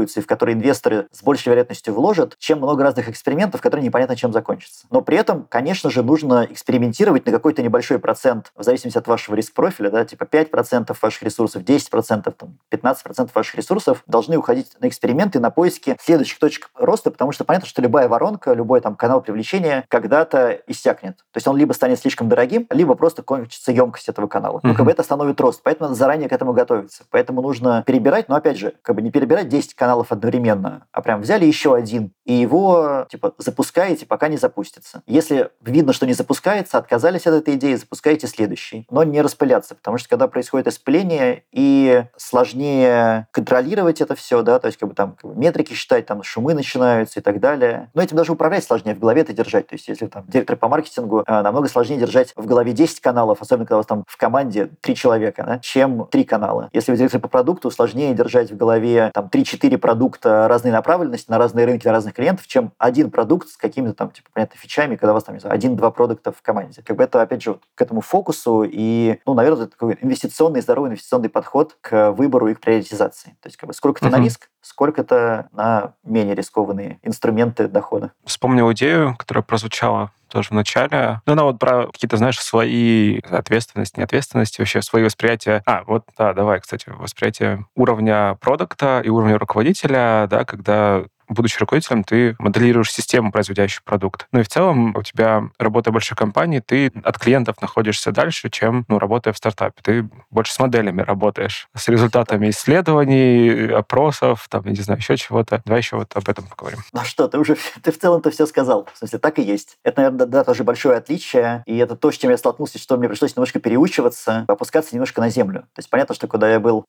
революции, в которой инвесторы с большей вероятностью вложат, чем много разных экспериментов, которые непонятно чем закончатся. Но при этом, конечно же, нужно экспериментировать на какой-то небольшой процент, в зависимости от вашего риск-профиля, да, типа 5% ваших ресурсов, 10%, 15% ваших ресурсов должны уходить на эксперименты, на поиски следующих точек роста, потому что понятно, что любая воронка, любой там канал привлечения когда-то иссякнет. То есть он либо станет слишком дорогим, либо просто кончится емкость этого канала. Ну, как бы это остановит рост, поэтому надо заранее к этому готовиться. Поэтому нужно перебирать, но опять же, как бы не перебирать 10 каналов одновременно, а прям взяли еще один, и его типа запускаете, пока не запустится. Если видно, что не запускается, отказались от этой идеи, запускаете следующий. Но не распыляться, потому что когда происходит распыление, и сложнее контролировать это все, да, то есть метрики считать, там шумы начинаются и так далее. Но этим даже управлять сложнее, в голове это держать. То есть если там директор по маркетингу, намного сложнее держать в голове 10 каналов, особенно когда у вас там в команде 3 человека, да, чем 3 канала. Если вы директор по продукту, сложнее держать в голове там 3-4 продукта разной направленности на разные рынки, на разных клиентов, чем один продукт с какими-то там, типа, понятно, фичами, когда у вас там, не знаю, 1-2 продукта в команде. Как бы это, опять же, вот к этому фокусу и, ну, наверное, это такой инвестиционный, здоровый инвестиционный подход к выбору и к приоритизации. То есть, как бы, сколько-то на риск, сколько-то на менее рискованные инструменты дохода. Вспомнил идею, которая прозвучала тоже в начале. Ну, она вот про какие-то, знаешь, свои ответственности, неответственности, вообще свои восприятия. Давай, кстати, восприятие уровня продукта и уровня руководителя, да, когда будучи руководителем, ты моделируешь систему, производящую продукт. Ну и в целом у тебя, работая в большой компании, ты от клиентов находишься дальше, чем, работая в стартапе. Ты больше с моделями работаешь, с результатами исследований, опросов, там, я не знаю, еще чего-то. Давай еще вот об этом поговорим. Ну что, ты в целом-то все сказал. В смысле, так и есть. Это, наверное, да, тоже большое отличие. И это то, с чем я столкнулся, что мне пришлось немножко переучиваться, опускаться немножко на землю. То есть понятно, что когда я был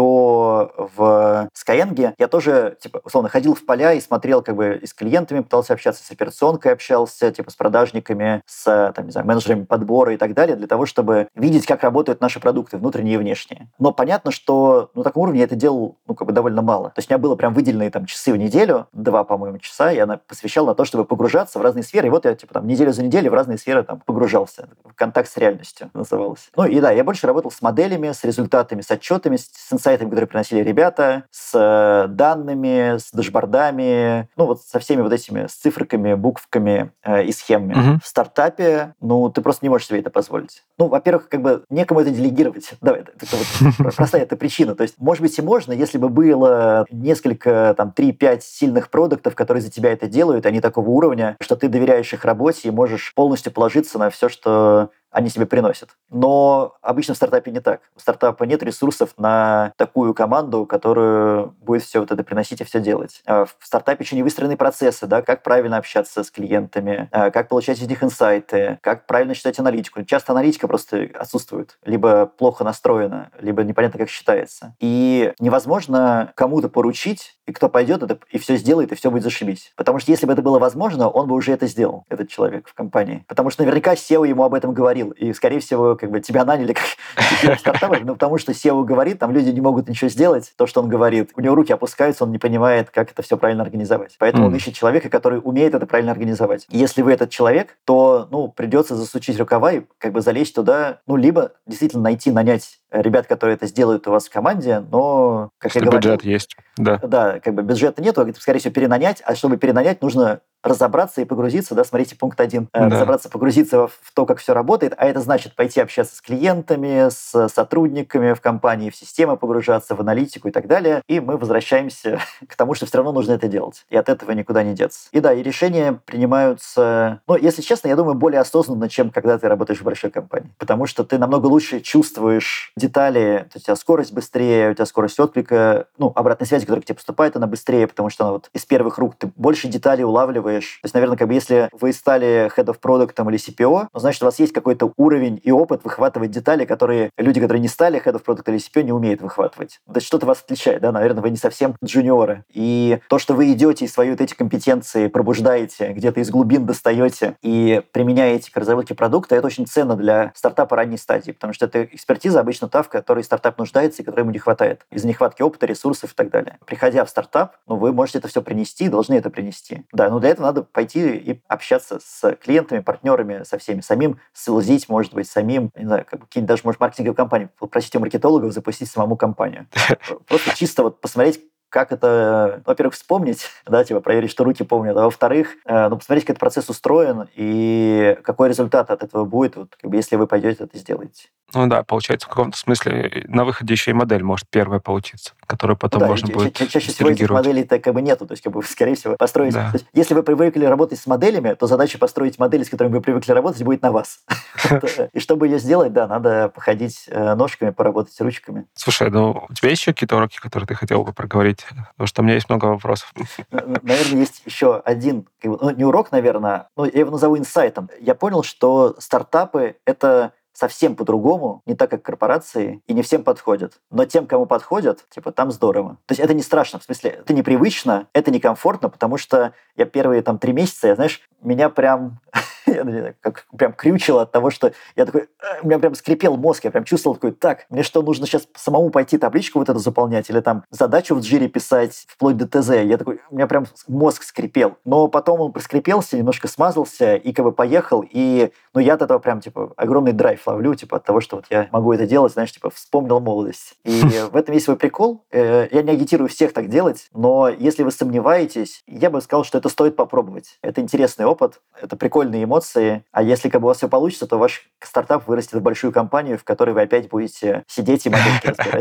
CPO в Skyeng, я тоже, условно, ходил в поля и смотрел, как бы, и с клиентами пытался общаться, с операционкой общался, с продажниками, с, менеджерами подбора и так далее, для того, чтобы видеть, как работают наши продукты, внутренние и внешние. Но понятно, что на таком уровне я это делал, довольно мало. То есть у меня было прям выделенные часы в неделю, 2, по-моему, часа, я посвящал на то, чтобы погружаться в разные сферы. И вот я, неделю за неделей в разные сферы погружался. В контакт с реальностью называлось. Ну и да, я больше работал с моделями, с результатами, с отчетами, с инсайтами, которые приносили ребята, с данными, с дашбордами, со всеми вот этими, с циферками, буквками и схемами. В стартапе, ты просто не можешь себе это позволить. Во-первых, некому это делегировать. Давай, это простая эта причина. То есть, может быть, и можно, если бы было несколько, 3-5 сильных продуктов, которые за тебя это делают, они такого уровня, что ты доверяешь их работе и можешь полностью положиться на все, что они себе приносят. Но обычно в стартапе не так. У стартапа нет ресурсов на такую команду, которую будет все вот это приносить и все делать. В стартапе еще не выстроены процессы, да, как правильно общаться с клиентами, как получать из них инсайты, как правильно считать аналитику. Часто аналитика просто отсутствует, либо плохо настроена, либо непонятно, как считается. И невозможно кому-то поручить, и кто пойдет это и все сделает, и все будет зашибись. Потому что если бы это было возможно, он бы уже это сделал, этот человек в компании. Потому что наверняка SEO ему об этом говорил. И, скорее всего, тебя наняли как стартапер, потому что SEO говорит, там люди не могут ничего сделать, то, что он говорит. У него руки опускаются, он не понимает, как это все правильно организовать. Поэтому он ищет человека, который умеет это правильно организовать. И если вы этот человек, то, придется засучить рукава и залезть туда, либо действительно нанять ребят, которые это сделают у вас в команде, но, как я говорил... Бюджет есть, да. Да, бюджета нету, скорее всего, перенанять, а чтобы перенанять, нужно разобраться и погрузиться, да, смотрите пункт 1, разобраться, погрузиться в то, как все работает, а это значит пойти общаться с клиентами, с сотрудниками в компании, в систему погружаться, в аналитику и так далее, и мы возвращаемся к тому, что все равно нужно это делать, и от этого никуда не деться. И да, и решения принимаются, если честно, я думаю, более осознанно, чем когда ты работаешь в большой компании, потому что ты намного лучше чувствуешь детали, то есть у тебя скорость быстрее, у тебя скорость отклика, обратной связи, которая к тебе поступает, она быстрее, потому что она из первых рук, ты больше деталей улавливаешь. То есть, наверное, если вы стали Head of Product или CPO, значит, у вас есть какой-то уровень и опыт выхватывать детали, которые люди, которые не стали Head of Product или CPO, не умеют выхватывать. То есть что-то вас отличает, да, наверное, вы не совсем джуниоры. И то, что вы идете и свои эти компетенции пробуждаете, где-то из глубин достаете и применяете к разработке продукта, это очень ценно для стартапа ранней стадии, потому что это экспертиза обычно та, в которой стартап нуждается и которой ему не хватает из-за нехватки опыта, ресурсов и так далее. Приходя в стартап, вы можете это все принести, должны это принести. Да, но для этого надо пойти и общаться с клиентами, партнерами, со всеми. Самим селзить, может быть, самим, не знаю, какие-нибудь даже, может, маркетинговые компании, попросить у маркетологов запустить самому компанию. Просто чисто посмотреть, как это, во-первых, вспомнить, да, типа проверить, что руки помнят, а во-вторых, посмотреть, как этот процесс устроен и какой результат от этого будет, вот, как бы, если вы пойдете это сделаете. Ну да, получается, в каком-то смысле на выходе еще и модель может первая получиться, которую потом можно будет чаще всего этих моделей-то как бы нету, то есть, как бы, скорее всего, построить... Да. То есть, если вы привыкли работать с моделями, то задача построить модели, с которыми вы привыкли работать, будет на вас. И чтобы ее сделать, да, надо походить ножками, поработать ручками. Слушай, ну у тебя есть еще какие-то уроки, которые ты хотел бы проговорить? Потому что у меня есть много вопросов. Наверное, есть еще один, не урок, наверное, но я его назову инсайтом. Я понял, что стартапы — это совсем по-другому, не так, как корпорации, и не всем подходят. Но тем, кому подходят, типа, там здорово. То есть это не страшно, в смысле, это непривычно, это некомфортно, потому что я первые 3 месяца, знаешь, меня прям... прям крючило от того, что я такой... У меня прям скрипел мозг, я прям чувствовал такой, так, мне что, нужно сейчас самому пойти табличку вот эту заполнять или там задачу в джире писать вплоть до ТЗ. Я такой... У меня прям мозг скрипел. Но потом он проскрипелся, немножко смазался и как бы поехал. И я от этого прям, типа, огромный драйв ловлю, типа, от того, что вот я могу это делать, знаешь, типа, вспомнил молодость. И в этом есть свой прикол. Я не агитирую всех так делать, но если вы сомневаетесь, я бы сказал, что это стоит попробовать. Это интересный опыт, это прикольные эмоции. А если как бы у вас все получится, то ваш стартап вырастет в большую компанию, в которой вы опять будете сидеть и модельки разбирать.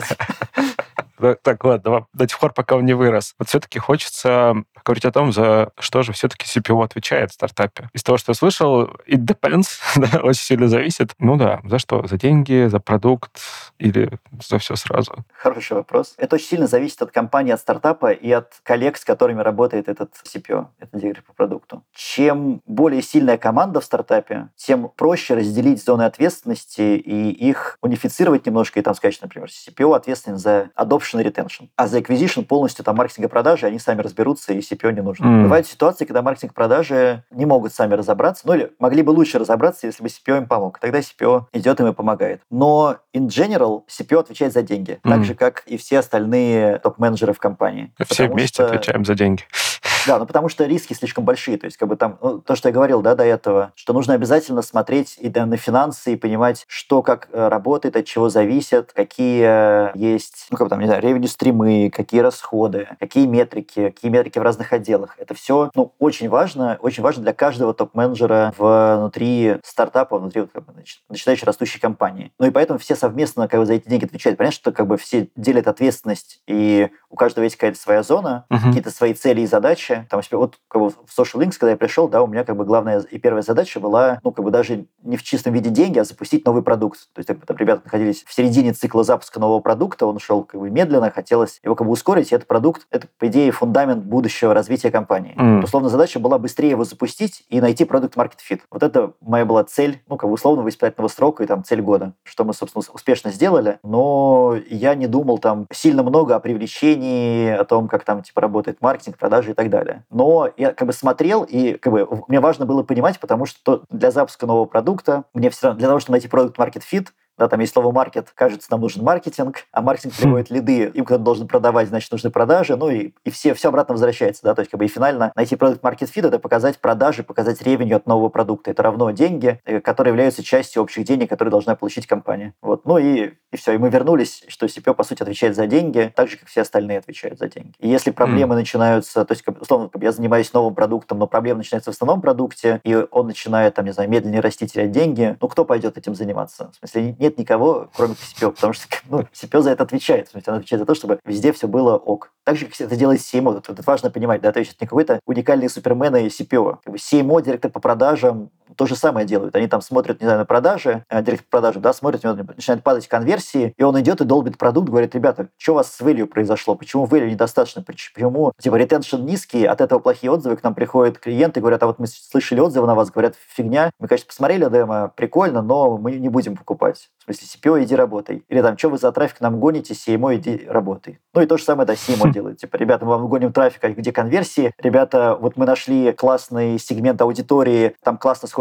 Так, ладно, до тех пор, пока он не вырос. Вот все-таки хочется говорить о том, за что же все-таки CPO отвечает в стартапе. Из того, что я слышал, it depends, да, очень сильно зависит. Ну да, за что? За деньги, за продукт или за все сразу? Хороший вопрос. Это очень сильно зависит от компании, от стартапа и от коллег, с которыми работает этот CPO, этот директор по продукту. Чем более сильная команда в стартапе, тем проще разделить зоны ответственности и их унифицировать немножко, и там сказать, например, CPO ответственен за adoption и retention, а за acquisition полностью там маркетинг и продажи, они сами разберутся, и CPO не нужно. Бывают ситуации, когда маркетинг и продажи не могут сами разобраться, ну или могли бы лучше разобраться, если бы CPO им помог. Тогда CPO идет им и помогает. Но in general CPO отвечает за деньги, так же, как и все остальные топ-менеджеры в компании. Все вместе отвечаем за деньги. Да, потому что риски слишком большие. То есть, как бы там, то, что я говорил, да, до этого, что нужно обязательно смотреть и на финансы, и понимать, что как работает, от чего зависит, какие есть, не знаю, ревеню-стримы, какие расходы, какие метрики в разных отделах. Это все, очень важно для каждого топ-менеджера внутри стартапа, внутри начинающей растущей компании. И поэтому все совместно за эти деньги отвечают. Понятно, что все делят ответственность, и у каждого есть какая-то своя зона, какие-то свои цели и задачи. Там, вот в Social Links, когда я пришел, да, у меня главная и первая задача была, даже не в чистом виде деньги, а запустить новый продукт. То есть там ребята находились в середине цикла запуска нового продукта, он шел медленно, хотелось его ускорить, и этот продукт, это, по идее, фундамент будущего развития компании. Условно, задача была быстрее его запустить и найти продукт market fit. Вот это моя была цель, условно, в испытательного срока и цель года, что мы, собственно, успешно сделали, но я не думал сильно много о привлечении, о том, как работает маркетинг, продажи и так далее. Но я смотрел, и мне важно было понимать, потому что для запуска нового продукта мне все равно, для того, чтобы найти продукт market fit, да, там есть слово «маркет», кажется, нам нужен маркетинг, а маркетинг приводит лиды, им кто-то должен продавать, значит, нужны продажи, и все обратно возвращается, да, то есть и финально найти продукт market fit — это показать продажи, показать ревеню от нового продукта, это равно деньги, которые являются частью общих денег, которые должна получить компания. И все, и мы вернулись, что CPO, по сути, отвечает за деньги, так же, как все остальные отвечают за деньги. И если проблемы начинаются, то есть, условно, я занимаюсь новым продуктом, но проблемы начинаются в основном продукте, и он начинает, медленнее расти, терять деньги, кто пойдет этим заниматься? В смысле, нет никого, кроме CPO, потому что CPO за это отвечает. В смысле, он отвечает за то, чтобы везде все было ок. Так же, как это делает CMO. Это важно понимать, да, то есть это не какой-то уникальный супермен и CPO. CMO, директор по продажам, то же самое делают. Они смотрят, не знаю, на продажи, директор по продажам, да, смотрит, у него начинают падать конверсии, и он идет и долбит продукт, говорит: ребята, что у вас с value произошло? Почему value недостаточно? Почему, retention низкий, от этого плохие отзывы, к нам приходят клиенты, говорят: а вот мы слышали отзывы на вас, говорят, фигня. Мы, конечно, посмотрели демо, прикольно, но мы не будем покупать. В смысле, CPO, иди работай. Или что вы за трафик нам гоните, CMO, иди работай. И то же самое, да, CMO делает. Ребята, мы вам гоним трафик, а где конверсии? Ребята, вот мы нашли классный сегмент аудитории, там классно сходит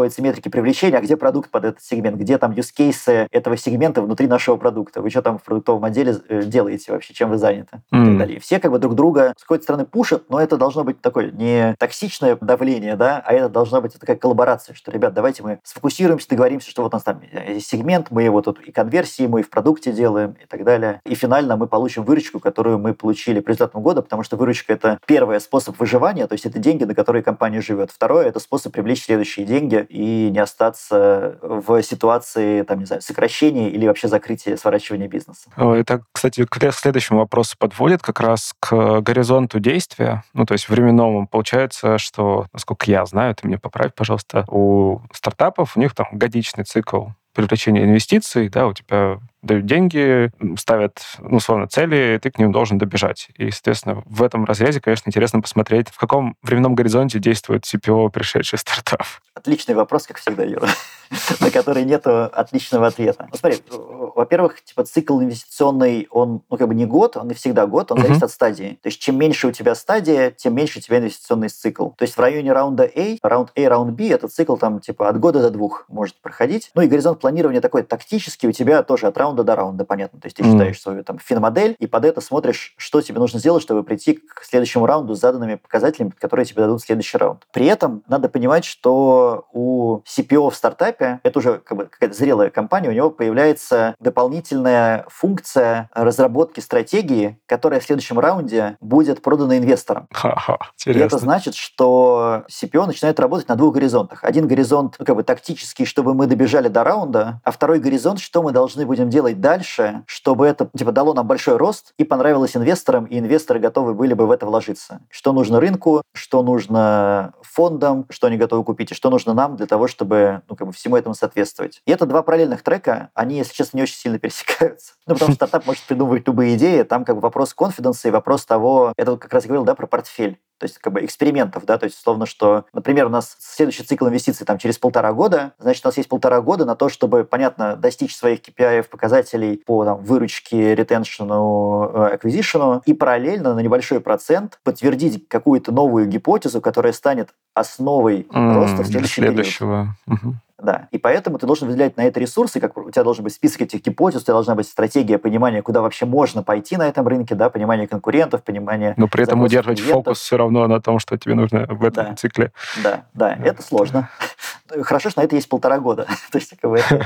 вводятся метрики привлечения, а где продукт под этот сегмент, где там use-кейсы этого сегмента внутри нашего продукта, вы что там в продуктовом отделе делаете вообще, чем вы заняты и так далее. И все как бы друг друга с какой-то стороны пушат, но это должно быть такое не токсичное давление, да, а это должна быть такая коллаборация, что, ребят, давайте мы сфокусируемся, договоримся, что вот у нас там есть сегмент, мы его тут и конверсии, мы и в продукте делаем и так далее. И финально мы получим выручку, которую мы получили по результатам года, потому что выручка – это первый способ выживания, то есть это деньги, на которые компания живет. Второе – это способ привлечь следующие деньги и не остаться в ситуации, там, не знаю, сокращения или вообще закрытия, сворачивания бизнеса. Это, кстати, к следующему вопросу подводит как раз к горизонту действия, то есть временному. Получается, что, насколько я знаю, ты мне поправь, пожалуйста, у стартапов у них там годичный цикл привлечения инвестиций, да, у тебя дают деньги, ставят, условно, цели, ты к ним должен добежать. И, соответственно, в этом разрезе, конечно, интересно посмотреть, в каком временном горизонте действует CPO, пришедший стартап. Отличный вопрос, как всегда, Юра, на который нет отличного ответа. Смотри, во-первых, цикл инвестиционный, он, не год, он не всегда год, он зависит от стадии. То есть, чем меньше у тебя стадия, тем меньше у тебя инвестиционный цикл. То есть, в районе раунда A, раунд B, этот цикл там, от года до 2 может проходить. И горизонт планирования такой тактический у тебя тоже от раунда до раунда, понятно. То есть, ты считаешь свою там финмодель, и под это смотришь, что тебе нужно сделать, чтобы прийти к следующему раунду с заданными показателями, которые тебе дадут следующий раунд. При этом надо понимать, что у CPO в стартапе, это уже какая-то зрелая компания, у него появляется дополнительная функция разработки стратегии, которая в следующем раунде будет продана инвесторам. И это значит, что CPO начинает работать на 2 горизонтах. Один горизонт тактический, чтобы мы добежали до раунда, а второй горизонт, что мы должны будем делать дальше, чтобы это дало нам большой рост и понравилось инвесторам, и инвесторы готовы были бы в это вложиться. Что нужно рынку, что нужно фондам, что они готовы купить, и что нужно нам для того, чтобы всему этому соответствовать. И это 2 параллельных трека, они, если честно, не очень сильно пересекаются. Потому что стартап может придумывать любые идеи, там вопрос конфиденса и вопрос того, это как раз я говорил, про портфель. То есть экспериментов, да, то есть условно, что, например, у нас следующий цикл инвестиций там через 1,5 года, значит, у нас есть 1,5 года на то, чтобы, понятно, достичь своих KPI показателей по выручке, ретеншену, аквизишену, и параллельно на небольшой процент подтвердить какую-то новую гипотезу, которая станет основой роста в следующий период. Да, и поэтому ты должен выделять на это ресурсы, у тебя должен быть список этих гипотез, у тебя должна быть стратегия понимания, куда вообще можно пойти на этом рынке, да, понимание конкурентов, понимание... Но при этом удерживать фокус все равно на том, что тебе нужно в этом цикле. Да, это сложно. Хорошо, что на это есть 1,5 года. То есть,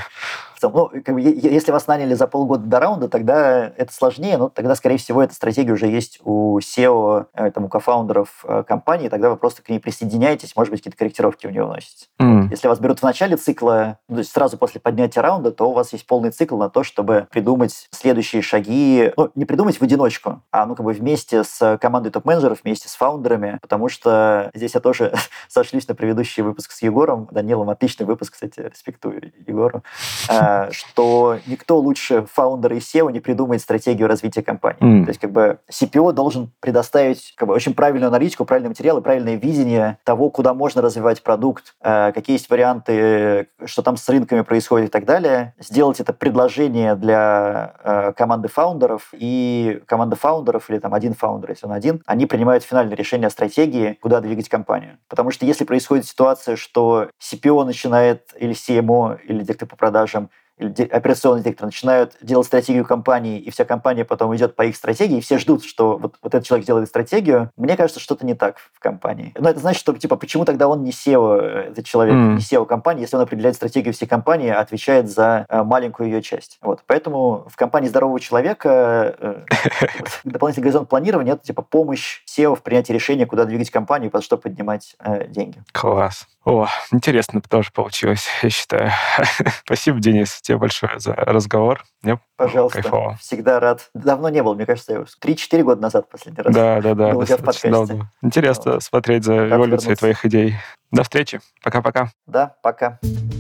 если вас наняли за полгода до раунда, тогда это сложнее, но тогда, скорее всего, эта стратегия уже есть у SEO, у кофаундеров компании, тогда вы просто к ней присоединяетесь, может быть, какие-то корректировки в нее вносите. Если вас берут в начале цикла, то есть сразу после поднятия раунда, то у вас есть полный цикл на то, чтобы придумать следующие шаги, не придумать в одиночку, а вместе с командой топ-менеджеров, вместе с фаундерами, потому что здесь я тоже сошлюсь на предыдущий выпуск с Егором, Данилом, отличный выпуск, кстати, респектую Егору, что никто лучше фаундера и SEO не придумает стратегию развития компании. То есть CPO должен предоставить очень правильную аналитику, правильный материал и правильное видение того, куда можно развивать продукт, какие есть варианты, что там с рынками происходит и так далее. Сделать это предложение для команды фаундеров, и команда фаундеров, или один фаундер, если он один, они принимают финальное решение о стратегии, куда двигать компанию. Потому что если происходит ситуация, что CPO начинает, или CMO, или директор по продажам, или операционный директор начинают делать стратегию компании, и вся компания потом идет по их стратегии, и все ждут, что вот этот человек делает стратегию, мне кажется, что-то не так в компании. Но это значит, что почему тогда он не SEO, этот человек, не SEO компании, если он определяет стратегию всей компании, а отвечает за маленькую ее часть. Поэтому в компании здорового человека дополнительный горизонт планирования – это помощь SEO в принятии решения, куда двигать компанию, под что поднимать деньги. Класс. Интересно тоже получилось, я считаю. Спасибо, Денис, тебе большое за разговор. Мне Пожалуйста, кайфово. Всегда рад. Давно не был, мне кажется, 3-4 года назад последний раз. Да, был у тебя в подкасте. давно. Интересно смотреть за эволюцией твоих идей. До встречи. Пока-пока. Да, пока.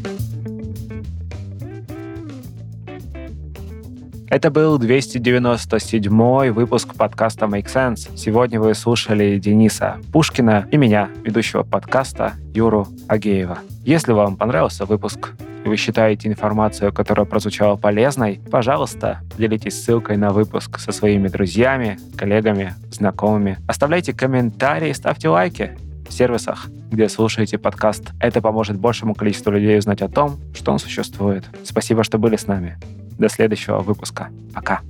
Это был 297-й выпуск подкаста Make Sense. Сегодня вы слушали Дениса Пушкина и меня, ведущего подкаста Юру Агеева. Если вам понравился выпуск, и вы считаете информацию, которая прозвучала полезной, пожалуйста, делитесь ссылкой на выпуск со своими друзьями, коллегами, знакомыми. Оставляйте комментарии, ставьте лайки. в сервисах, где слушаете подкаст. Это поможет большему количеству людей узнать о том, что он существует. Спасибо, что были с нами. До следующего выпуска. Пока.